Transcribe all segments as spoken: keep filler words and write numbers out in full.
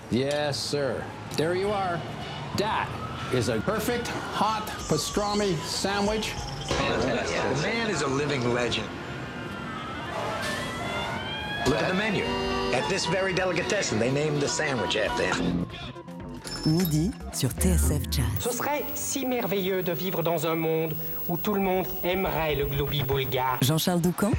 Yes, sir. There you are. That is a perfect hot pastrami sandwich. Fantastic. Yeah, the man is a living legend. Look at the menu. At this very delicatessen, they named the sandwich after him. Midi sur T S F Jazz. Ce serait si merveilleux de vivre dans un monde où tout le monde aimerait le globi bulgare. Jean-Charles Doucan.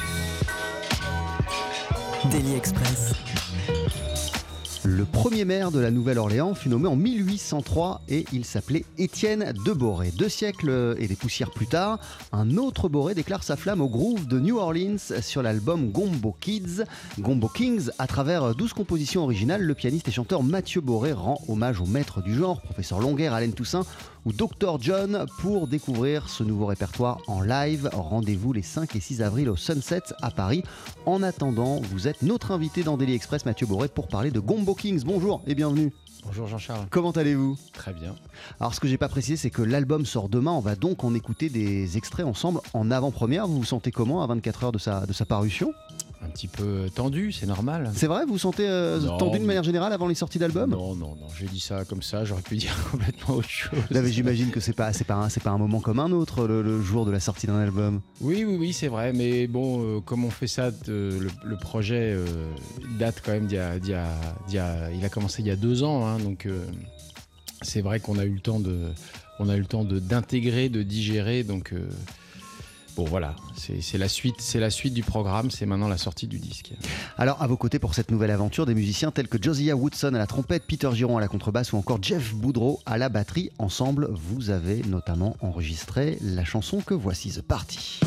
Daily Express. Le premier maire de la Nouvelle-Orléans fut nommé en mille huit cent trois et il s'appelait Étienne de Boré. Deux siècles et des poussières plus tard, un autre Boré déclare sa flamme au groove de New Orleans sur l'album Gombo Kids, Gombo Kings. À travers douze compositions originales, le pianiste et chanteur Mathieu Boré rend hommage aux maîtres du genre, professeur Longuerre, Allen Toussaint ou docteur John. Pour découvrir ce nouveau répertoire en live, rendez-vous les cinq et six avril au Sunset à Paris. En attendant, vous êtes notre invité dans Daily Express, Mathieu Boré, pour parler de Gombo Kings. Bonjour et bienvenue. Bonjour Jean-Charles. Comment allez-vous ? Très bien. Alors ce que j'ai pas précisé, c'est que l'album sort demain. On va donc en écouter des extraits ensemble en avant-première. Vous vous sentez comment à vingt-quatre heures de sa, de sa parution ? Un petit peu tendu, c'est normal. C'est vrai, vous vous sentez euh, Non, tendu de mais- manière générale avant les sorties d'albums ? Non, non, non, j'ai dit ça comme ça, j'aurais pu dire complètement autre chose. Là, mais j'imagine que c'est pas, c'est pas, un, c'est pas un moment comme un autre, le, le jour de la sortie d'un album. Oui, oui, oui, c'est vrai, mais bon, euh, comme on fait ça, de- le, le projet euh, date quand même d'il y a, d'il y a- d'il y a- il a commencé il y a deux ans, hein, donc euh, c'est vrai qu'on a eu le temps de, on a eu le temps de d'intégrer, de digérer, donc. euh, Bon voilà, c'est, c'est, la suite, c'est la suite du programme, c'est maintenant la sortie du disque. Alors à vos côtés pour cette nouvelle aventure, des musiciens tels que Josiah Woodson à la trompette, Peter Giron à la contrebasse ou encore Jeff Boudreau à la batterie. Ensemble, vous avez notamment enregistré la chanson que voici, The Party.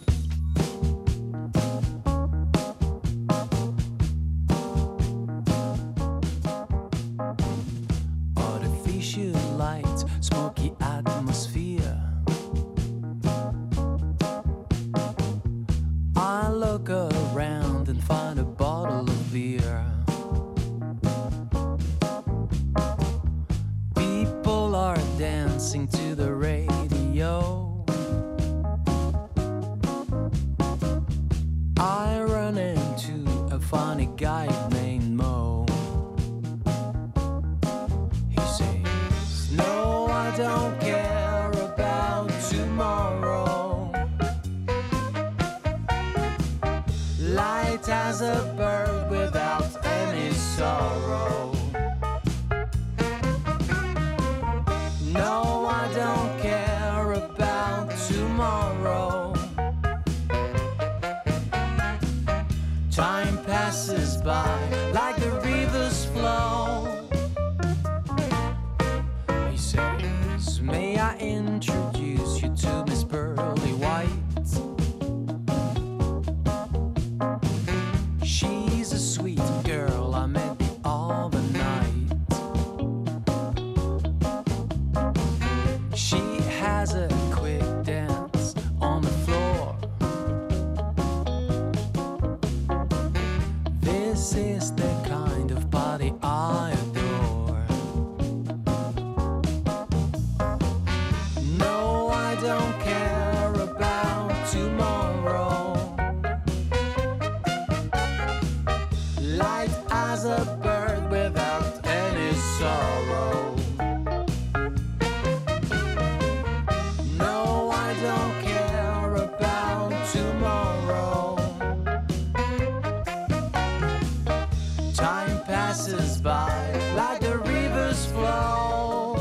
Artificial light, smoky atmosphere. I look around and find a bottle of beer. People are dancing to the radio. I run into a funny guy named Mo. He says, no, I don't care about tomorrow. Light as a bird without any sorrow. No, I don't care about tomorrow. Time passes by like the rivers flow. He says, may I introduce you to Miss Pearly White? She's a sweet girl I met the other night. She has a quick dance on the floor. This is the kind of party I adore. No, I don't care about tomorrow. Light as a bird without any sorrow. No, I don't care about tomorrow. Time passes by like the rivers flow.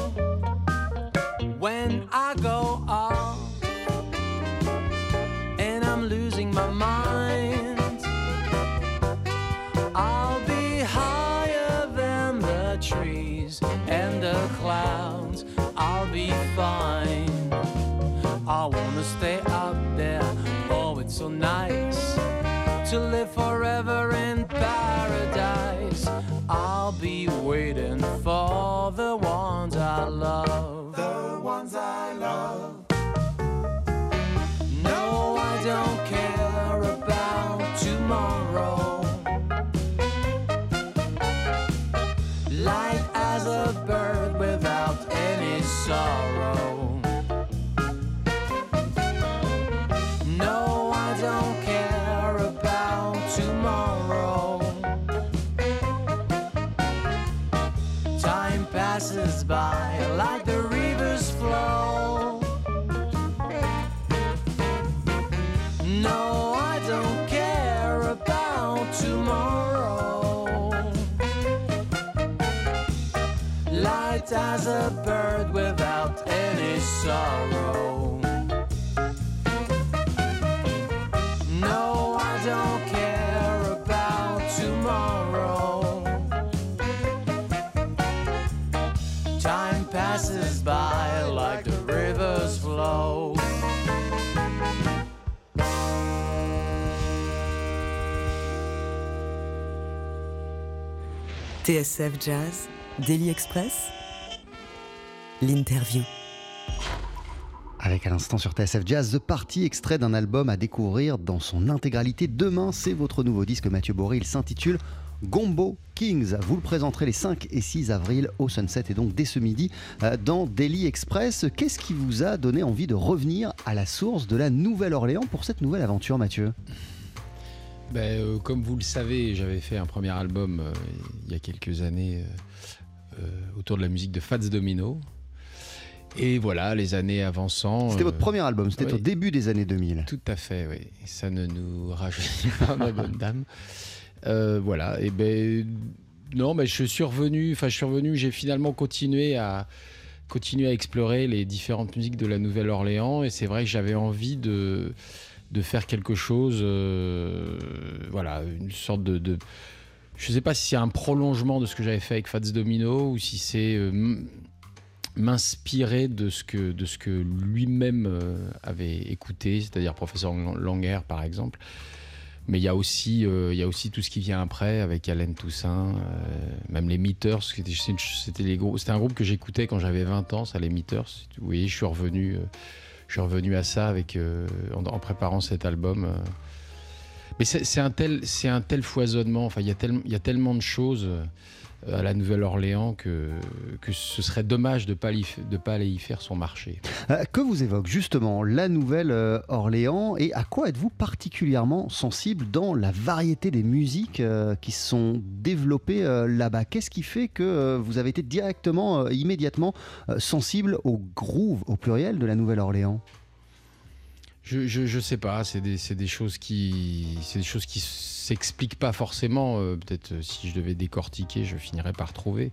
When I go off and I'm losing my mind, I'll be higher than the trees and the clouds. I'll be fine. I wanna stay up there. Oh, it's so nice to live forever in paradise. I'll be waiting for the ones I love. The ones I love. No, I don't care about tomorrow. Light as a bird without any sorrow. No, I don't care about tomorrow. passes by like the river's flow. No, I don't care about tomorrow. Light as a bird without any sorrow. No, I don't care about tomorrow. Time passes by like the river's flow. T S F Jazz, Daily Express, l'interview. Avec à l'instant sur T S F Jazz, The Party, extrait d'un album à découvrir dans son intégralité. Demain, c'est votre nouveau disque, Mathieu Boré. Il s'intitule Gombo Kings. Vous le présenterez les cinq et six avril au Sunset et donc dès ce midi dans Daily Express. Qu'est-ce qui vous a donné envie de revenir à la source de la Nouvelle-Orléans pour cette nouvelle aventure, Mathieu ? Ben, euh, comme vous le savez, j'avais fait un premier album euh, il y a quelques années euh, euh, autour de la musique de Fats Domino. Et voilà, les années avançant... C'était euh, votre premier album, c'était oui. au début des années deux mille. Tout à fait, oui. Ça ne nous rajeunit pas, ma bonne dame. Euh, voilà, et ben... Non, mais je suis revenu, enfin je suis revenu, j'ai finalement continué à, continué à explorer les différentes musiques de la Nouvelle-Orléans. Et c'est vrai que j'avais envie de... de faire quelque chose, euh, voilà, une sorte de, de... Je ne sais pas si c'est un prolongement de ce que j'avais fait avec Fats Domino ou si c'est euh, m- m'inspirer de ce que, de ce que lui-même euh, avait écouté, c'est-à-dire Professeur Langer par exemple. Mais il y a aussi, euh, il y a aussi tout ce qui vient après avec Allen Toussaint, euh, même les Meters. C'était, c'était, les gros, c'était un groupe que j'écoutais quand j'avais vingt ans, ça, les Meters. Vous voyez, je suis revenu... Euh, Je suis revenu à ça avec, euh, en, en préparant cet album. Euh. Mais c'est, c'est, un tel, c'est un tel foisonnement, enfin, il y a tel, y a tellement de choses euh, à la Nouvelle-Orléans que, que ce serait dommage de ne pas, pas aller y faire son marché. Euh, que vous évoque justement la Nouvelle-Orléans et à quoi êtes-vous particulièrement sensible dans la variété des musiques euh, qui se sont développées euh, là-bas ? Qu'est-ce qui fait que euh, vous avez été directement, euh, immédiatement euh, sensible au groove, au pluriel, de la Nouvelle-Orléans ? Je, je, je sais pas, c'est des, c'est des choses qui, c'est des choses qui s'expliquent pas forcément. Euh, peut-être euh, si je devais décortiquer, je finirais par trouver.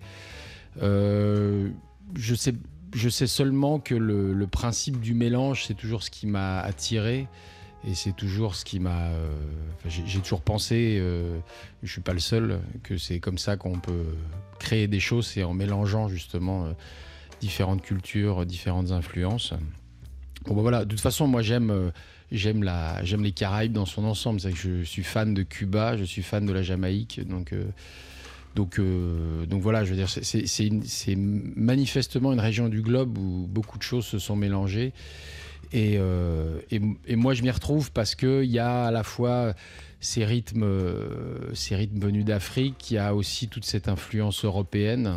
Euh, je sais, je sais seulement que le, le principe du mélange, c'est toujours ce qui m'a attiré et c'est toujours ce qui m'a. Euh, j'ai, j'ai toujours pensé, euh, je suis pas le seul, que c'est comme ça qu'on peut créer des choses, c'est en mélangeant justement euh, différentes cultures, différentes influences. Bon, ben voilà, de toute façon, moi j'aime, euh, j'aime, la, j'aime les Caraïbes dans son ensemble. C'est que je suis fan de Cuba, je suis fan de la Jamaïque. Donc, euh, donc, euh, donc voilà, je veux dire, c'est, c'est, c'est, une, c'est manifestement une région du globe où beaucoup de choses se sont mélangées. Et, euh, et, et moi je m'y retrouve parce qu'il y a à la fois ces rythmes, euh, ces rythmes venus d'Afrique, il y a aussi toute cette influence européenne.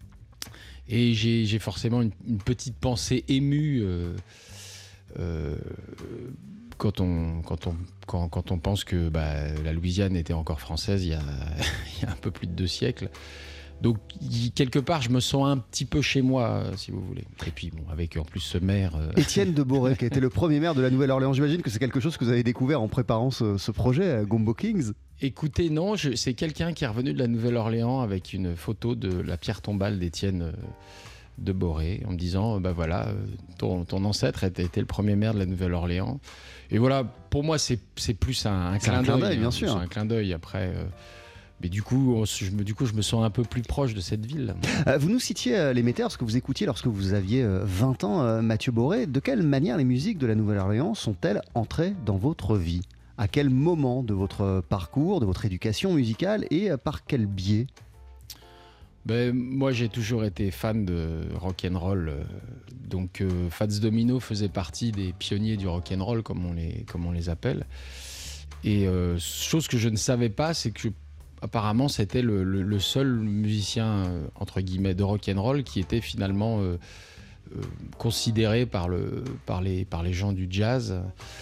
Et j'ai, j'ai forcément une, une petite pensée émue. Euh, Euh, quand, on, quand, on, quand, quand on pense que bah, la Louisiane était encore française il y, a, il y a un peu plus de deux siècles. Donc, y, quelque part, je me sens un petit peu chez moi, si vous voulez. Et puis, bon, avec en plus ce maire... Euh... Étienne de Boré, qui a été le premier maire de la Nouvelle-Orléans. J'imagine que c'est quelque chose que vous avez découvert en préparant ce, ce projet, Gombo Kings. Écoutez, non, je, c'est quelqu'un qui est revenu de la Nouvelle-Orléans avec une photo de la pierre tombale d'Étienne... Euh, de Boré, en me disant, bah voilà, ton, ton ancêtre était, était le premier maire de la Nouvelle-Orléans. Et voilà, pour moi, c'est, c'est plus un, un, clin, un clin d'œil, bien hein, sûr. C'est un clin d'œil après. Euh, mais du coup, on, je me, du coup, je me sens un peu plus proche de cette ville. Euh, vous nous citiez euh, les Meters que vous écoutiez lorsque vous aviez euh, vingt ans, euh, Mathieu Boré. De quelle manière les musiques de la Nouvelle-Orléans sont-elles entrées dans votre vie ? À quel moment de votre parcours, de votre éducation musicale et euh, par quel biais ? Ben, moi, j'ai toujours été fan de rock'n'roll. Euh, donc, euh, Fats Domino faisait partie des pionniers du rock'n'roll, comme on les, comme on les appelle. Et euh, chose que je ne savais pas, c'est que, je, apparemment, c'était le, le, le seul musicien, euh, entre guillemets, de rock'n'roll qui était finalement euh, euh, considéré par, le, par, les, par les gens du jazz.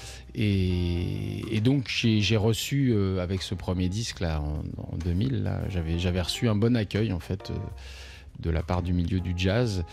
Et, et donc j'ai, j'ai reçu euh, avec ce premier disque là en, en deux mille, là, j'avais, j'avais reçu un bon accueil en fait euh, de la part du milieu du jazz.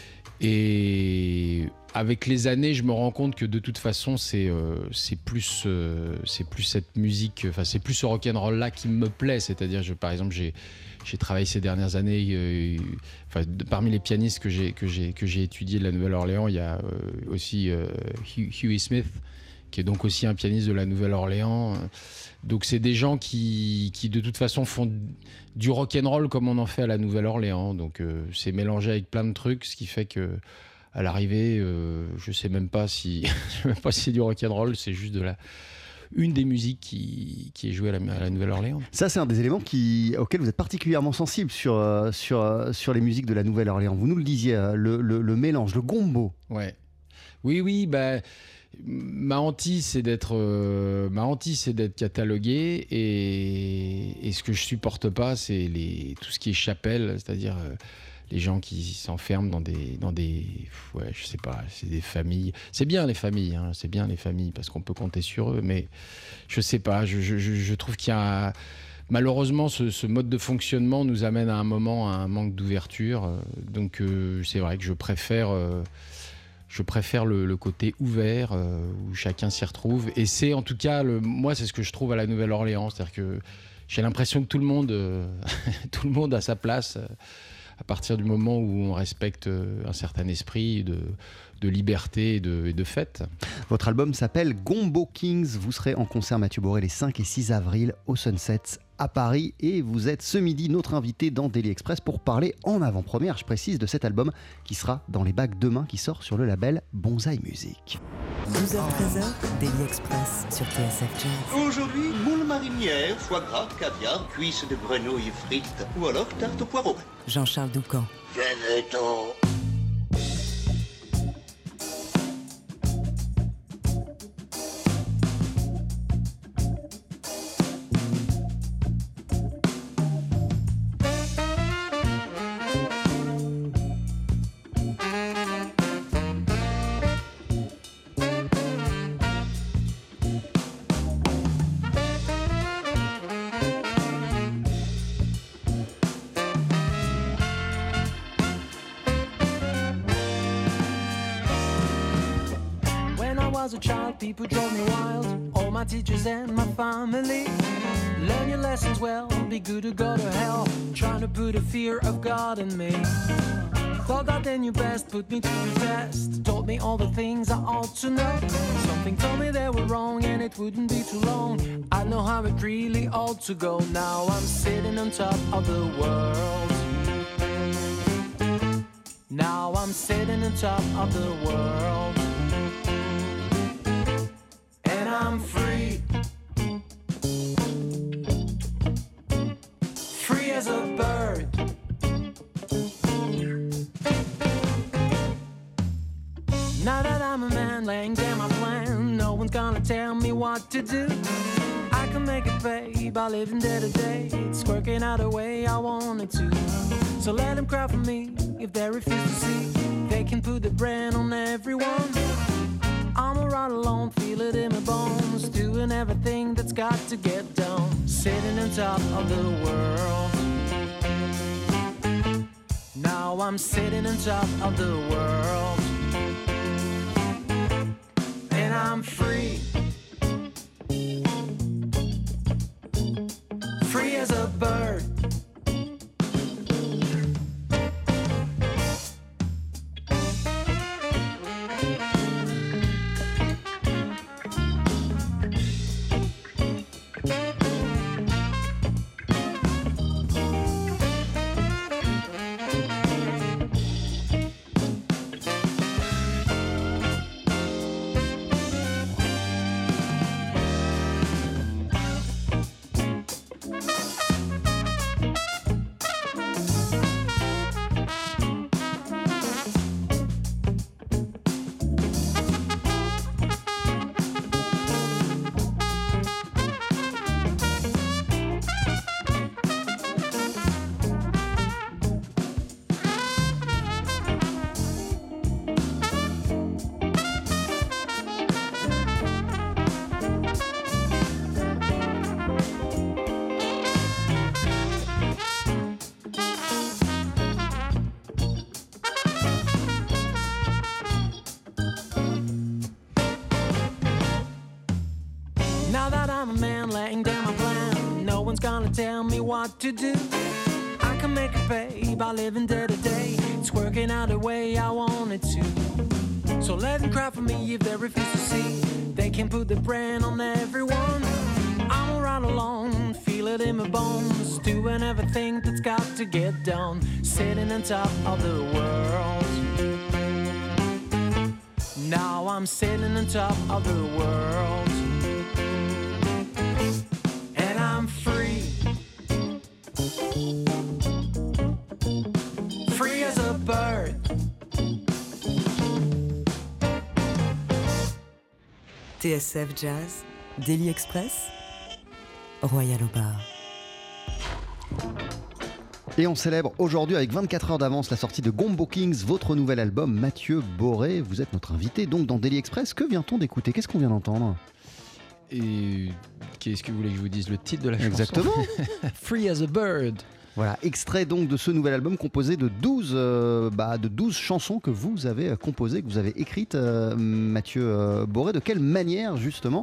Et avec les années, je me rends compte que de toute façon, c'est, euh, c'est, plus, euh, c'est plus cette musique, enfin c'est plus ce rock'n'roll-là qui me plaît. C'est-à-dire, je, par exemple, j'ai, j'ai travaillé ces dernières années, euh, enfin, de, parmi les pianistes que j'ai, que, j'ai, que j'ai étudiés de la Nouvelle-Orléans, il y a euh, aussi euh, Huey Smith, qui est donc aussi un pianiste de la Nouvelle-Orléans. Donc c'est des gens qui, qui de toute façon font du rock'n'roll comme on en fait à la Nouvelle-Orléans. Donc euh, c'est mélangé avec plein de trucs, ce qui fait que à l'arrivée, euh, je sais même pas si, je sais même pas si c'est du rock'n'roll, c'est juste de la une des musiques qui, qui est jouée à la, à la Nouvelle-Orléans. Ça, c'est un des éléments qui, auxquels vous êtes particulièrement sensible sur, euh, sur, euh, sur les musiques de la Nouvelle-Orléans. Vous nous le disiez, euh, le, le, le mélange, le gombo. Ouais. Oui, oui, bah. Ma hantise, c'est d'être, euh, ma hantise, c'est d'être catalogué et, et ce que je supporte pas, c'est les, tout ce qui est chapelle, c'est-à-dire euh, les gens qui s'enferment dans des, dans des, ouais, je sais pas, c'est des familles. C'est bien les familles, hein, c'est bien les familles parce qu'on peut compter sur eux, mais je sais pas, je, je, je trouve qu'il y a malheureusement ce, ce mode de fonctionnement nous amène à un moment à un manque d'ouverture, donc euh, c'est vrai que je préfère. Euh, Je préfère le, le côté ouvert euh, où chacun s'y retrouve. Et c'est en tout cas, le, moi, c'est ce que je trouve à la Nouvelle-Orléans. C'est-à-dire que j'ai l'impression que tout le monde, euh, tout le monde a sa place euh, à partir du moment où on respecte euh, un certain esprit de, de liberté et de, et de fête. Votre album s'appelle Gombo Kings. Vous serez en concert, Mathieu Boré, les cinq et six avril au Sunset à Paris. Et vous êtes ce midi notre invité dans Daily Express pour parler en avant-première, je précise, de cet album qui sera dans les bacs demain, qui sort sur le label Bonsaï Music. douze heures treize heures, Daily Express sur T S F Jazz. Aujourd'hui, moule marinière, foie gras, caviar, cuisses de grenouille frites ou alors tarte au poireau. Jean-Charles Doucan. Venez-t'en. As a child, people drove me wild. All my teachers and my family. Learn your lessons well, be good or go to hell. Trying to put a fear of God in me. Thought that they knew best, put me to the test. Taught me all the things I ought to know. Something told me they were wrong and it wouldn't be too long. I know how it really ought to go. Now I'm sitting on top of the world. Now I'm sitting on top of the world. I'm free, free as a bird. Now that I'm a man laying down my plan, no one's gonna tell me what to do. I can make it pay by living day to day. It's working out the way I want it to. So let them cry for me if they refuse to see. They can put the brand on everyone. I'm right alone, feel it in my bones, doing everything that's got to get done. Sitting on top of the world. Now I'm sitting on top of the world. And I'm free. Free as a bird. tell me what to do. I can make it pay by living day to day. It's working out the way I want it to. So let them cry for me if they refuse to see. They can put the brand on everyone. I'm right along, feel it in my bones. Doing everything that's got to get done. Sitting on top of the world. Now I'm sitting on top of the world. And I'm free. Free as a bird. T S F Jazz, Daily Express, Royal au bar. Et on célèbre aujourd'hui avec vingt-quatre heures d'avance la sortie de Gombo Kings, votre nouvel album. Mathieu Boré, vous êtes notre invité donc dans Daily Express. Que vient-on d'écouter? Qu'est-ce qu'on vient d'entendre? Et qu'est-ce que vous voulez que je vous dise? Le titre de la chanson? Exactement. Free as a bird. Voilà, extrait donc de ce nouvel album composé de douze, euh, bah, de douze chansons que vous avez composées, que vous avez écrites, euh, Mathieu euh, Boré. De quelle manière, justement,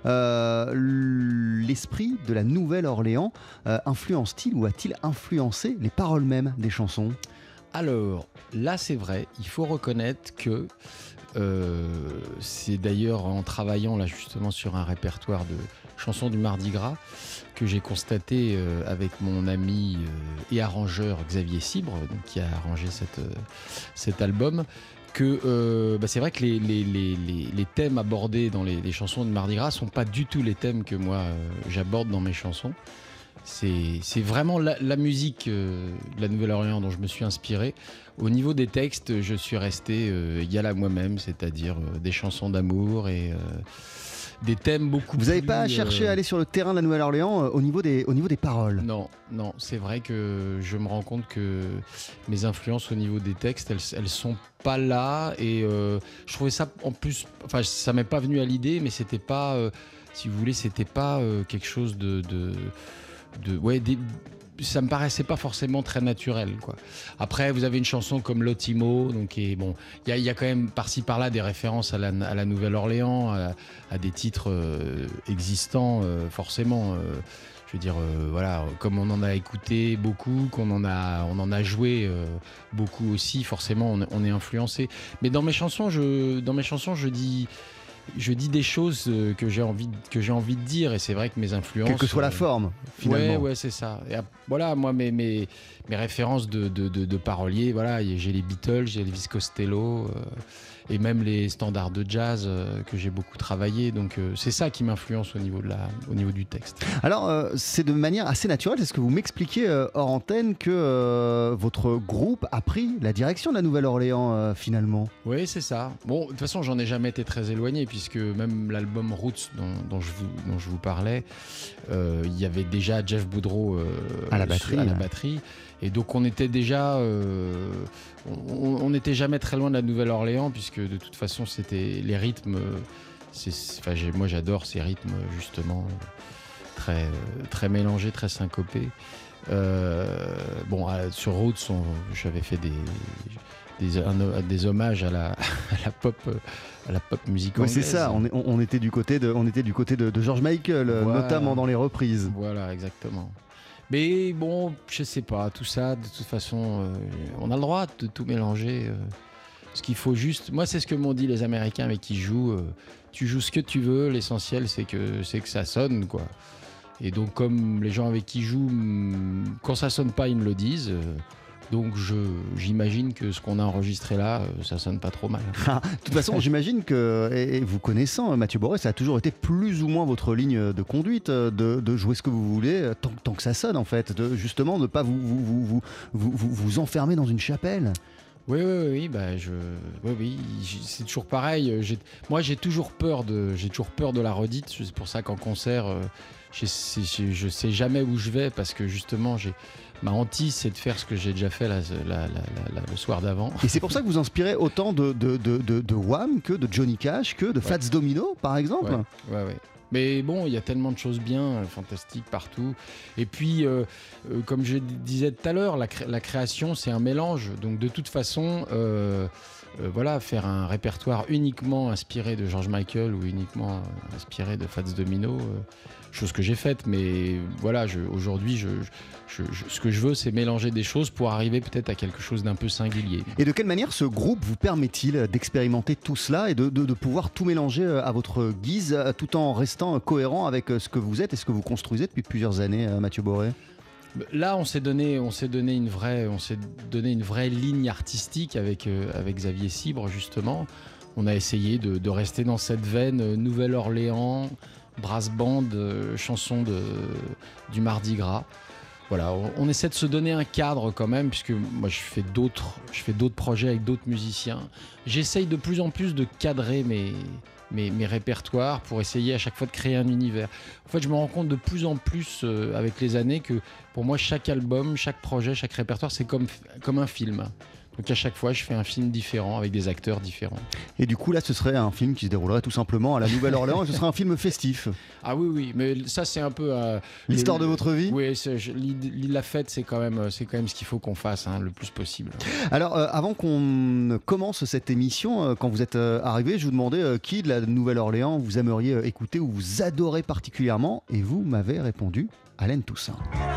euh, l'esprit de la Nouvelle-Orléans euh, influence-t-il ou a-t-il influencé les paroles mêmes des chansons? Alors, là, c'est vrai, il faut reconnaître que euh, c'est d'ailleurs en travaillant là justement sur un répertoire de chansons du Mardi Gras que j'ai constaté euh, avec mon ami euh, et arrangeur Xavier Cibre, donc, qui a arrangé cette, euh, cet album, que euh, bah, c'est vrai que les, les, les, les, les thèmes abordés dans les, les chansons de Mardi Gras ne sont pas du tout les thèmes que moi euh, j'aborde dans mes chansons. C'est, c'est vraiment la, la musique euh, de la Nouvelle-Orléans dont je me suis inspiré. Au niveau des textes, je suis resté euh, égal à moi-même, c'est-à-dire euh, des chansons d'amour et euh, des thèmes beaucoup Vous plus... n'avez pas cherché euh... à aller sur le terrain de la Nouvelle-Orléans euh, au, niveau des, au niveau des paroles? Non, non, c'est vrai que je me rends compte que mes influences au niveau des textes, elles, elles sont pas là. Et euh, je trouvais ça en plus... Enfin, ça m'est pas venu à l'idée, mais c'était pas... Euh, si vous voulez, c'était pas euh, quelque chose de... de De, ouais, des, ça me paraissait pas forcément très naturel, quoi. Après, vous avez une chanson comme L'Otimo, donc et bon, il y, y a quand même par-ci par-là des références à la, à la Nouvelle-Orléans, à, à des titres euh, existants, euh, forcément. Euh, je veux dire, euh, voilà, comme on en a écouté beaucoup, qu'on en a, on en a joué euh, beaucoup aussi, forcément, on, on est influencé. Mais dans mes chansons, je, dans mes chansons, je dis. Je dis des choses que j'ai envie, que j'ai envie de dire, et c'est vrai que mes influences... Quelle que soit la forme, finalement. Ouais, ouais, c'est ça. Et, voilà, moi, mes, mes, mes références de, de, de, de paroliers, voilà, j'ai les Beatles, j'ai Elvis Costello, euh, et même les standards de jazz euh, que j'ai beaucoup travaillé. Donc, euh, c'est ça qui m'influence au niveau de la, au niveau du texte. Alors, euh, c'est de manière assez naturelle. C'est ce que vous m'expliquiez euh, hors antenne que euh, votre groupe a pris la direction de la Nouvelle-Orléans, euh, finalement. Oui, c'est ça. Bon, de toute façon, j'en ai jamais été très éloigné, puisque même l'album Roots dont, dont, je, vous, dont je vous parlais, euh, il y avait déjà Jeff Boudreau euh, à la batterie. À la ouais. batterie. Et donc on était déjà, euh, on n'était jamais très loin de la Nouvelle-Orléans, puisque de toute façon c'était les rythmes. C'est, enfin, j'ai, moi j'adore ces rythmes justement très très mélangés, très syncopés. Euh, bon, à, sur Roots, on, j'avais fait des Des, un, des hommages à la, à la pop, à la pop musique anglaise. Oui, c'est ça. On, est, on, on était du côté de, on était du côté de, de George Michael, voilà. Notamment dans les reprises. Voilà, exactement. Mais bon, je sais pas, tout ça, de toute façon, euh, on a le droit de tout mélanger. Euh, ce qu'il faut juste, moi, c'est ce que m'ont dit les Américains avec qui je joue. Euh, tu joues ce que tu veux, l'essentiel, c'est que, c'est que ça sonne, quoi. Et donc, comme les gens avec qui je joue, quand ça sonne pas, ils me le disent. Euh, Donc je, j'imagine que ce qu'on a enregistré là, ça sonne pas trop mal. De toute façon, j'imagine que, et vous connaissant Mathieu Boré, ça a toujours été plus ou moins votre ligne de conduite, de, de jouer ce que vous voulez, tant, tant que ça sonne en fait, de justement ne pas vous, vous, vous, vous, vous, vous, vous enfermer dans une chapelle. Oui, oui, oui, bah je, oui, oui, c'est toujours pareil. J'ai, moi, j'ai toujours peur de, j'ai toujours peur de la redite. C'est pour ça qu'en concert, je, je, je sais jamais où je vais parce que justement, j'ai ma hantise, c'est de faire ce que j'ai déjà fait la, la, la, la, le soir d'avant. Et c'est pour ça que vous inspirez autant de, de, de, de, de Wham que de Johnny Cash, que de Fats ouais. Domino, par exemple. Ouais, ouais, ouais. Mais bon, il y a tellement de choses bien, euh, fantastiques partout. Et puis, euh, euh, comme je disais tout à l'heure, la, cré- la création, c'est un mélange. Donc, de toute façon, euh, euh, voilà, faire un répertoire uniquement inspiré de George Michael ou uniquement euh, inspiré de Fats Domino, euh, chose que j'ai faite. Mais voilà, je, aujourd'hui, je, je, je, ce que je veux, c'est mélanger des choses pour arriver peut-être à quelque chose d'un peu singulier. Et de quelle manière ce groupe vous permet-il d'expérimenter tout cela et de, de, de pouvoir tout mélanger à votre guise tout en restant cohérent avec ce que vous êtes et ce que vous construisez depuis plusieurs années, Mathieu Boré ? Là, on s'est donné, on s'est donné une vraie, on s'est donné une vraie ligne artistique avec, euh, avec Xavier Cibre, justement. On a essayé de, de rester dans cette veine euh, Nouvelle-Orléans, brass band, euh, chanson de, du Mardi Gras. Voilà, on, on essaie de se donner un cadre quand même, puisque moi je fais d'autres, je fais d'autres projets avec d'autres musiciens. J'essaye de plus en plus de cadrer mes, mes, mes répertoires pour essayer à chaque fois de créer un univers. En fait, je me rends compte de plus en plus euh, avec les années que pour moi, chaque album, chaque projet, chaque répertoire, c'est comme, comme un film. Donc à chaque fois, je fais un film différent avec des acteurs différents. Et du coup, là, ce serait un film qui se déroulerait tout simplement à la Nouvelle-Orléans et ce serait un film festif. Ah oui, oui, mais ça, c'est un peu... Euh, L'histoire le, de votre vie ? Oui, c'est, je, la fête, c'est quand même, c'est quand même ce qu'il faut qu'on fasse, hein, le plus possible. Alors, euh, avant qu'on commence cette émission, euh, quand vous êtes euh, arrivé, je vous demandais euh, qui de la Nouvelle-Orléans vous aimeriez euh, écouter ou vous adorez particulièrement. Et vous m'avez répondu Allen Toussaint.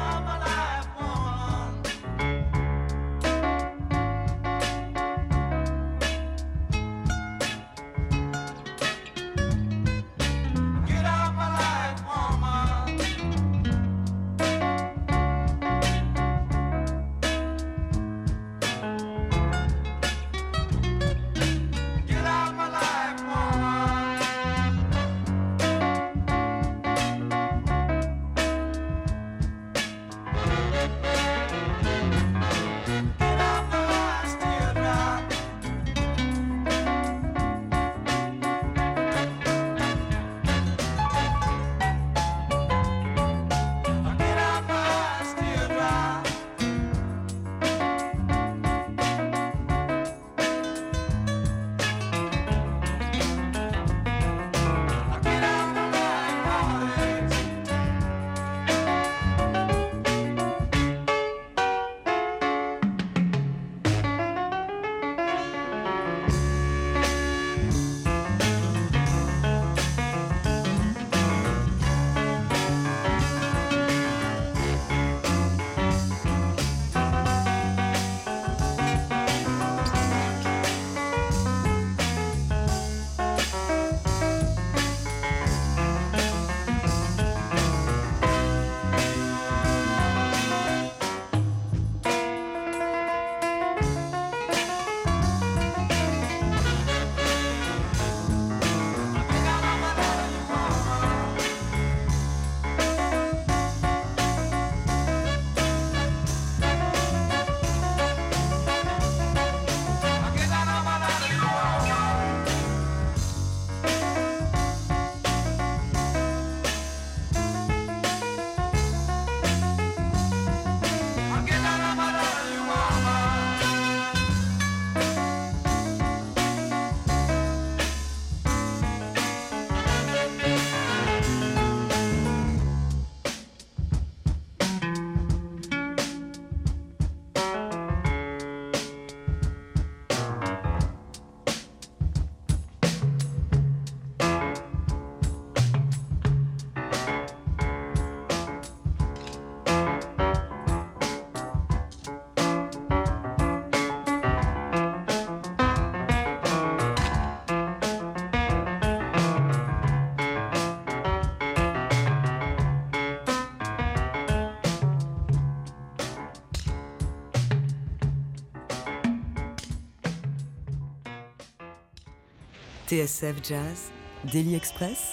T S F Jazz, Daily Express,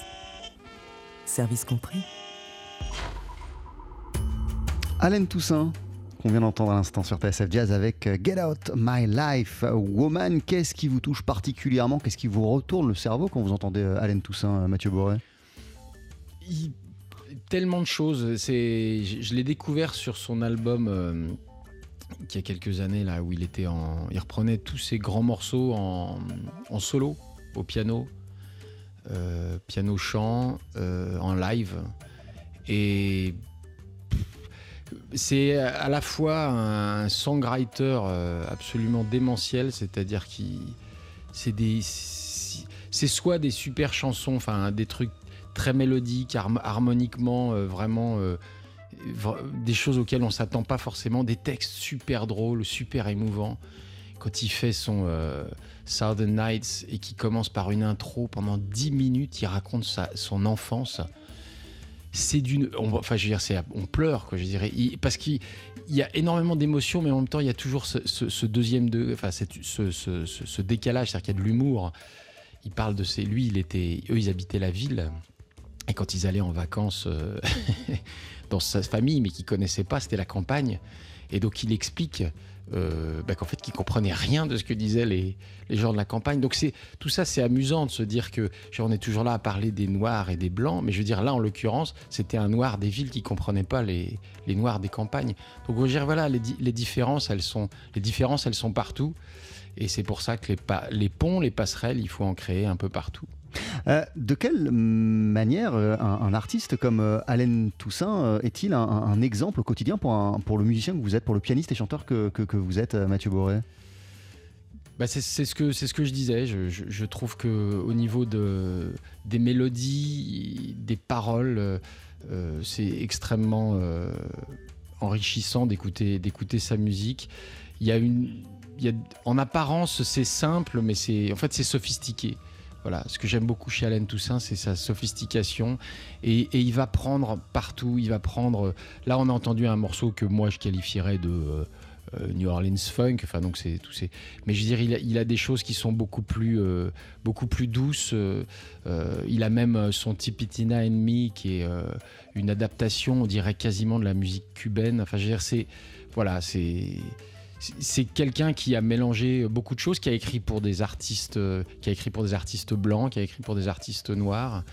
service compris. Allen Toussaint, qu'on vient d'entendre à l'instant sur T S F Jazz avec Get Out My Life Woman. Qu'est-ce qui vous touche particulièrement ? Qu'est-ce qui vous retourne le cerveau quand vous entendez Allen Toussaint, Mathieu Boré ? Il... Tellement de choses. C'est... Je, je l'ai découvert sur son album euh, il y a quelques années, là, où il, était en... il reprenait tous ses grands morceaux en, en solo, au piano. euh, piano-chant euh, en live. Et c'est à la fois un songwriter euh, absolument démentiel, c'est-à-dire qu'il c'est des c'est soit des super chansons, enfin des trucs très mélodiques, harm- harmoniquement euh, vraiment euh, v- des choses auxquelles on s'attend pas forcément, des textes super drôles, super émouvants. Quand il fait son euh, Southern Nights et qui commence par une intro pendant dix minutes, il raconte sa, son enfance. C'est d'une, on, enfin je veux dire, c'est, on pleure quoi, je dirais, il, parce qu'il il y a énormément d'émotions, mais en même temps il y a toujours ce, ce, ce deuxième de, enfin cette, ce, ce, ce, ce décalage, c'est-à-dire qu'il y a de l'humour. Il parle de ses, lui, il était, eux ils habitaient la ville, et quand ils allaient en vacances euh, dans sa famille, mais qu'ils connaissaient pas, c'était la campagne, et donc il explique. Euh, bah, qu'en fait, qui comprenaient rien de ce que disaient les, les gens de la campagne. Donc c'est, tout ça, c'est amusant de se dire que genre, on est toujours là à parler des noirs et des blancs, mais je veux dire, là, en l'occurrence, c'était un noir des villes qui ne comprenait pas les, les noirs des campagnes. Donc, je veux dire, voilà, les, les, différences, elles sont, les différences, elles sont partout. Et c'est pour ça que les, pa- les ponts, les passerelles, il faut en créer un peu partout. Euh, de quelle manière euh, un, un artiste comme euh, Allen Toussaint euh, est-il un, un exemple au quotidien pour, un, pour le musicien que vous êtes, pour le pianiste et chanteur que, que, que vous êtes, euh, Mathieu Boré? Bah c'est, c'est, ce que, c'est ce que je disais. Je, je, je trouve qu'au niveau de, des mélodies, des paroles, euh, c'est extrêmement euh, enrichissant d'écouter, d'écouter sa musique. Il y a une, il y a, en apparence, c'est simple, mais c'est, en fait, c'est sophistiqué. Voilà, ce que j'aime beaucoup chez Allen Toussaint, c'est sa sophistication. Et, et il va prendre partout, il va prendre... Là, on a entendu un morceau que moi, je qualifierais de euh, New Orleans Funk. Enfin, donc c'est tout c'est... Mais je veux dire, il a, il a des choses qui sont beaucoup plus, euh, beaucoup plus douces. Euh, il a même son Tipitina and Me, qui est euh, une adaptation, on dirait quasiment de la musique cubaine. Enfin, je veux dire, c'est... Voilà, c'est... C'est quelqu'un qui a mélangé beaucoup de choses, qui a écrit pour des artistes, qui a écrit pour des artistes blancs, qui a écrit pour des artistes noirs.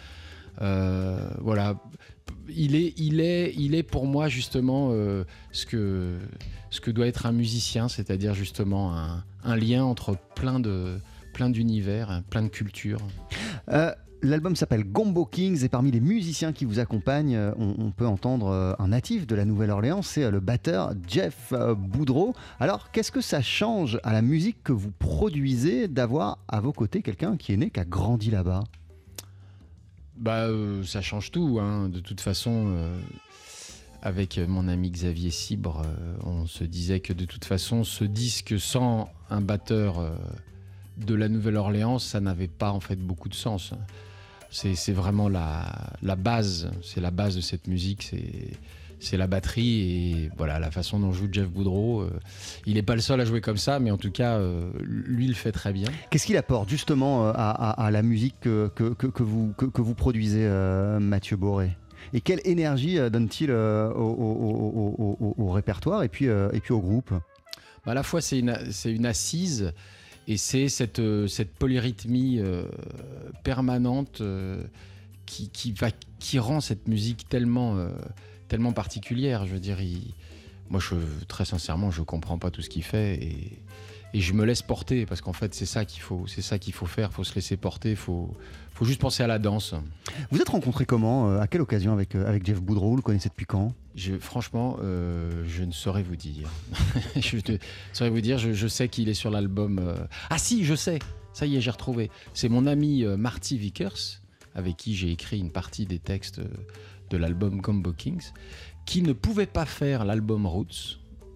Euh, voilà, il est, il est, il est pour moi justement euh, ce que, ce que doit être un musicien, c'est-à-dire justement un, un lien entre plein de, plein d'univers, plein de cultures. Euh... L'album s'appelle Gombo Kings et parmi les musiciens qui vous accompagnent, on, on peut entendre un natif de la Nouvelle-Orléans, c'est le batteur Jeff Boudreau. Alors, qu'est-ce que ça change à la musique que vous produisez d'avoir à vos côtés quelqu'un qui est né, qui a grandi là-bas ? Bah, euh, ça change tout, hein. De toute façon, euh, avec mon ami Xavier Cibre, euh, on se disait que de toute façon, ce disque sans un batteur euh, de la Nouvelle-Orléans, ça n'avait pas en fait beaucoup de sens. C'est, c'est vraiment la, la base, c'est la base de cette musique, c'est, c'est la batterie et voilà la façon dont joue Jeff Boudreau. Euh, il n'est pas le seul à jouer comme ça, mais en tout cas, euh, lui, il le fait très bien. Qu'est-ce qu'il apporte justement à, à, à la musique que, que, que, que, vous, que, que vous produisez, euh, Mathieu Boré ? Et quelle énergie donne-t-il euh, au, au, au, au, au répertoire et puis, euh, et puis au groupe ? À la fois, c'est une, c'est une assise. Et c'est cette, cette polyrythmie euh, permanente euh, qui, qui, va, qui rend cette musique tellement, euh, tellement particulière. Je veux dire, il, moi, je, très sincèrement, je ne comprends pas tout ce qu'il fait et, et je me laisse porter parce qu'en fait, c'est ça qu'il faut, c'est ça qu'il faut faire. Il faut se laisser porter, il faut, faut juste penser à la danse. Vous êtes rencontrés comment ? À quelle occasion avec, avec Jeff Boudreau ? Vous le connaissez depuis quand ? Je, franchement, euh, je ne saurais vous dire. je ne saurais vous dire, je, je sais qu'il est sur l'album... Euh... Ah si, je sais. Ça y est, j'ai retrouvé. C'est mon ami euh, Marty Vickers, avec qui j'ai écrit une partie des textes de l'album Gombo Kings, qui ne pouvait pas faire l'album Roots,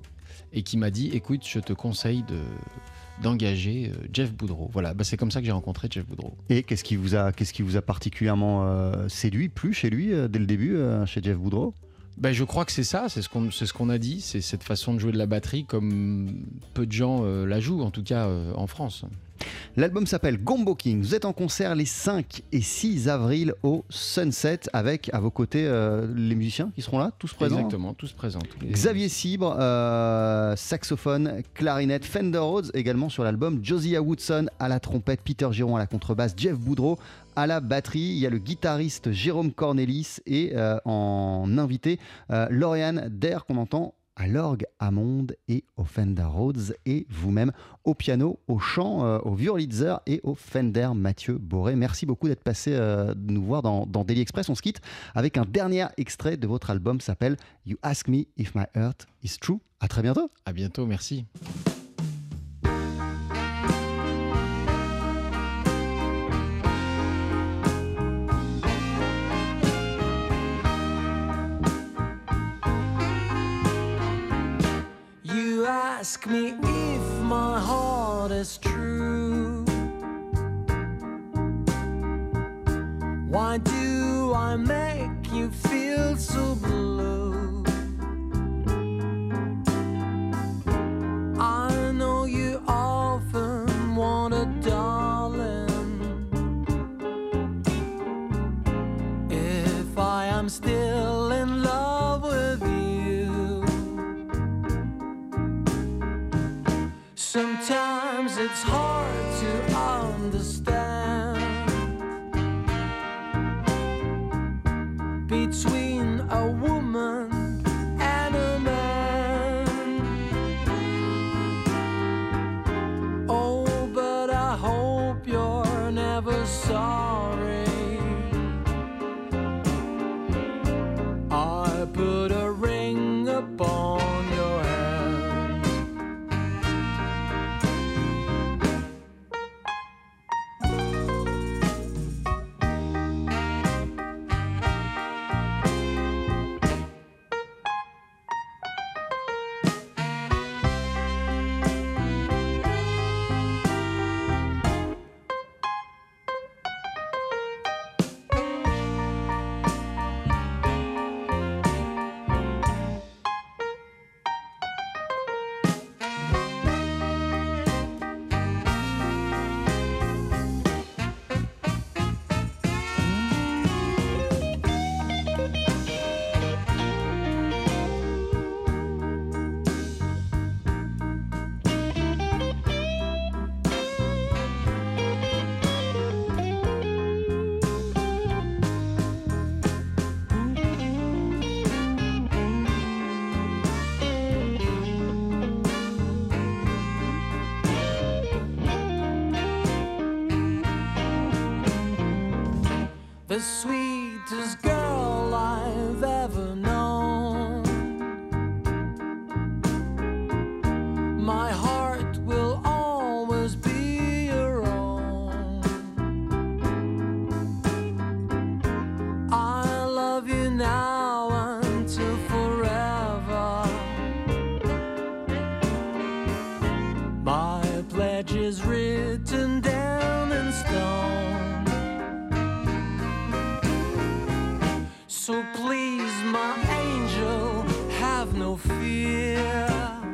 et qui m'a dit, écoute, je te conseille de... d'engager euh, Jeff Boudreau. Voilà, bah, c'est comme ça que j'ai rencontré Jeff Boudreau. Et qu'est-ce qui vous a, qu'est-ce qui vous a particulièrement euh, séduit, plu chez lui, euh, dès le début, euh, chez Jeff Boudreau ? Ben, je crois que c'est ça, c'est ce qu'on, c'est ce qu'on a dit, c'est cette façon de jouer de la batterie comme peu de gens euh, la jouent, en tout cas euh, en France. L'album s'appelle Gombo King. Vous êtes en concert les cinq et six avril au Sunset avec à vos côtés euh, les musiciens qui seront là, tous présents. Exactement, tous présents. Tous les... Xavier Cibre, euh, saxophone, clarinette, Fender Rhodes également sur l'album, Josiah Woodson à la trompette, Peter Giron à la contrebasse, Jeff Boudreau à la batterie. Il y a le guitariste Jérôme Cornelis et euh, en invité euh, Lauriane Der qu'on entend à l'orgue Hammond et au Fender Rhodes, et vous-même au piano, au chant, euh, au Wurlitzer et au Fender Mathieu Boré. Merci beaucoup d'être passé euh, nous voir dans, dans Daily Express. On se quitte avec un dernier extrait de votre album, s'appelle You Ask Me If My Heart Is True. À très bientôt. À bientôt, merci. You ask me if my heart is true. Why do I make you feel so blue? I know you often want a darling. If I am still in love with you, sometimes it's hard to understand between a woman and a man. Oh, but I hope you're never sorry I put a ring upon your hand. The sweetest girl I've ever known. My heart will always be your own. I love you now until forever. My pledge is written down in stone. So please, my angel, have no fear.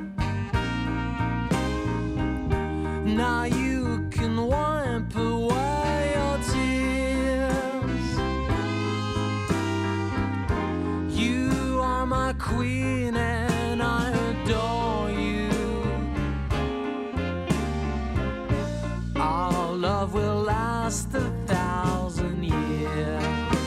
Now you can wipe away your tears. You are my queen and I adore you. Our love will last a thousand years.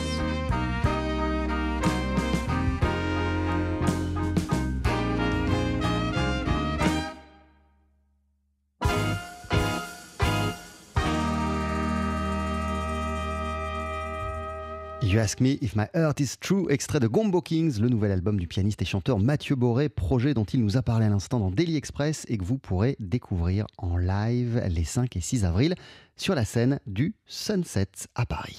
You Ask Me If My Heart Is True, extrait de Gombo Kings, le nouvel album du pianiste et chanteur Mathieu Boré, projet dont il nous a parlé à l'instant dans Daily Express et que vous pourrez découvrir en live les cinq et six avril sur la scène du Sunset à Paris.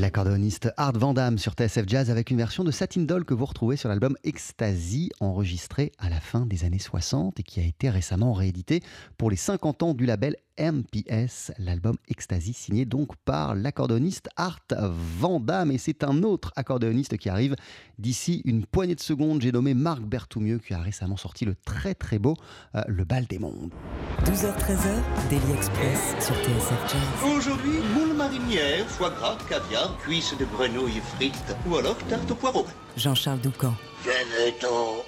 L'accordéoniste Art Van Damme sur T S F Jazz avec une version de Satin Doll que vous retrouvez sur l'album Ecstasy, enregistré à la fin des années soixante et qui a été récemment réédité pour les cinquante ans du label M P S. L'album Ecstasy signé donc par l'accordéoniste Art Van Damme. Et c'est un autre accordéoniste qui arrive d'ici une poignée de secondes. J'ai nommé Marc Berthoumieux qui a récemment sorti le très très beau euh, Le Bal des Mondes. douze heures treize, Daily Express sur T S F Jazz. Aujourd'hui, moule marinière, foie gras, caviar, cuisses de grenouille frites ou alors tarte au poireau. Jean-Charles Doucan. Venez-t'en.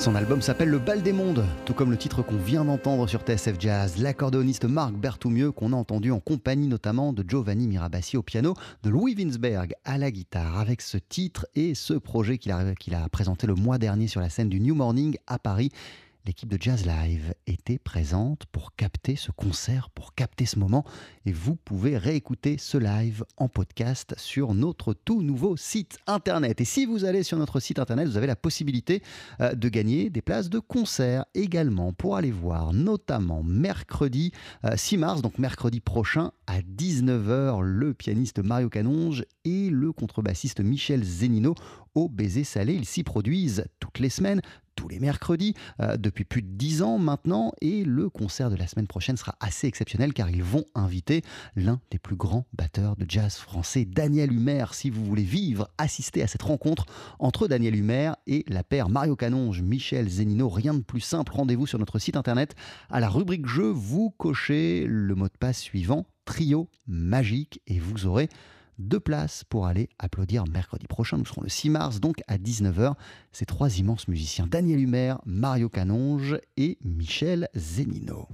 Son album s'appelle Le Bal des Mondes, tout comme le titre qu'on vient d'entendre sur T S F Jazz. L'accordéoniste Marc Berthoumieux, qu'on a entendu en compagnie notamment de Giovanni Mirabassi au piano, de Louis Winsberg à la guitare. Avec ce titre et ce projet qu'il a, qu'il a présenté le mois dernier sur la scène du New Morning à Paris, l'équipe de Jazz Live était présente pour capter ce concert, pour capter ce moment. Et vous pouvez réécouter ce live en podcast sur notre tout nouveau site internet. Et si vous allez sur notre site internet, vous avez la possibilité euh, de gagner des places de concert également pour aller voir notamment mercredi euh, six mars, donc mercredi prochain à dix-neuf heures, le pianiste Mario Canonge et le contrebassiste Michel Zennino au Baiser Salé. Ils s'y produisent toutes les semaines, tous les mercredis, euh, depuis plus de dix ans maintenant. Et le concert de la semaine prochaine sera assez exceptionnel car ils vont inviter l'un des plus grands batteurs de jazz français, Daniel Humer. Si vous voulez vivre, assister à cette rencontre entre Daniel Humer et la paire Mario Canonge, Michel Zennino, rien de plus simple. Rendez-vous sur notre site internet. À la rubrique jeu, vous cochez le mot de passe suivant, trio magique, et vous aurez deux places pour aller applaudir mercredi prochain. Nous serons le six mars, donc à dix-neuf heures. Ces trois immenses musiciens, Daniel Humer, Mario Canonge et Michel Zennino.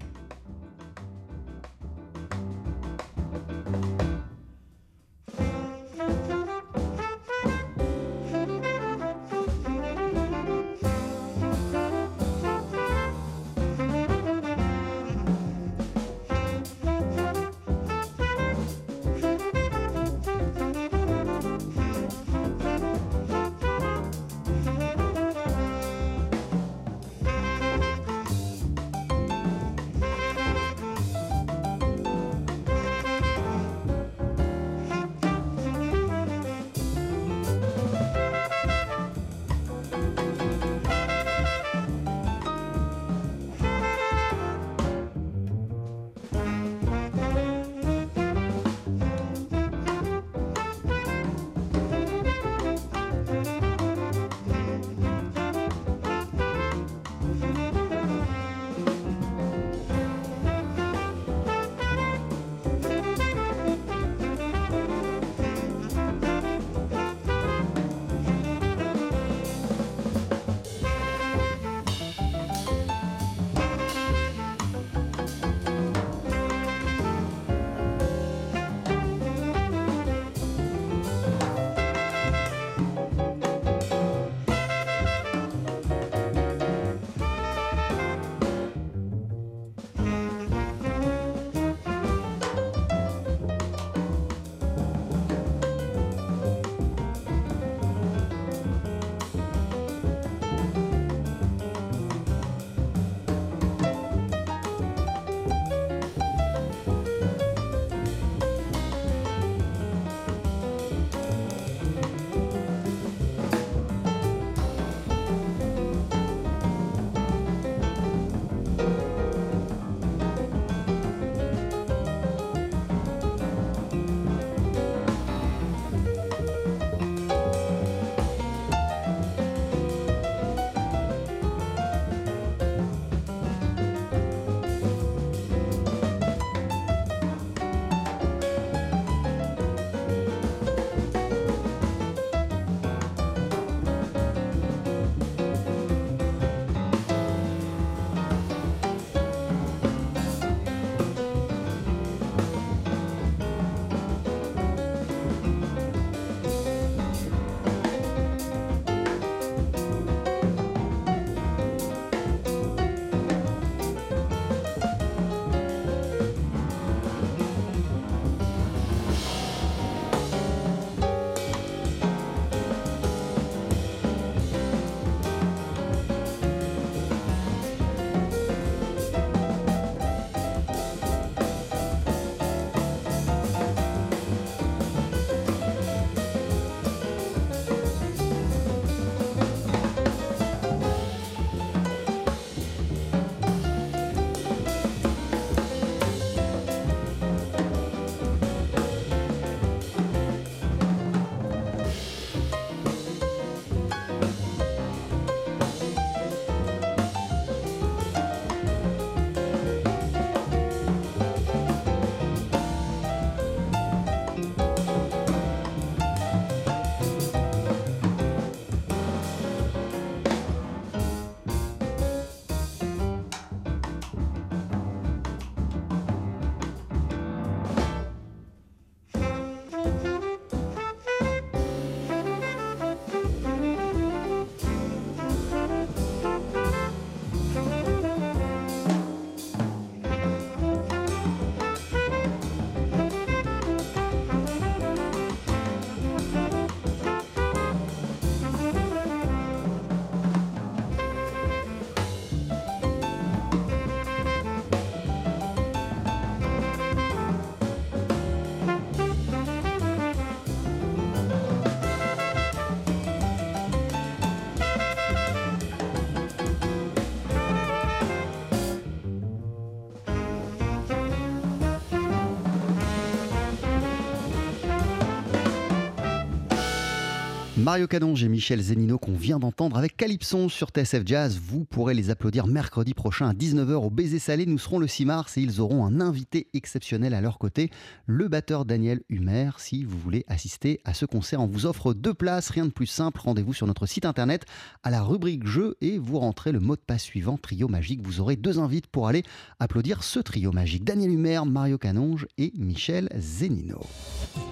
Mario Canonge et Michel Zennino qu'on vient d'entendre avec Calypson sur T S F Jazz. Vous pourrez les applaudir mercredi prochain à dix-neuf heures au Baiser Salé. Nous serons le six mars et ils auront un invité exceptionnel à leur côté, le batteur Daniel Humer. Si vous voulez assister à ce concert, on vous offre deux places, rien de plus simple. Rendez-vous sur notre site internet à la rubrique jeux et vous rentrez le mot de passe suivant, trio magique. Vous aurez deux invites pour aller applaudir ce trio magique. Daniel Humer, Mario Canonge et Michel Zennino.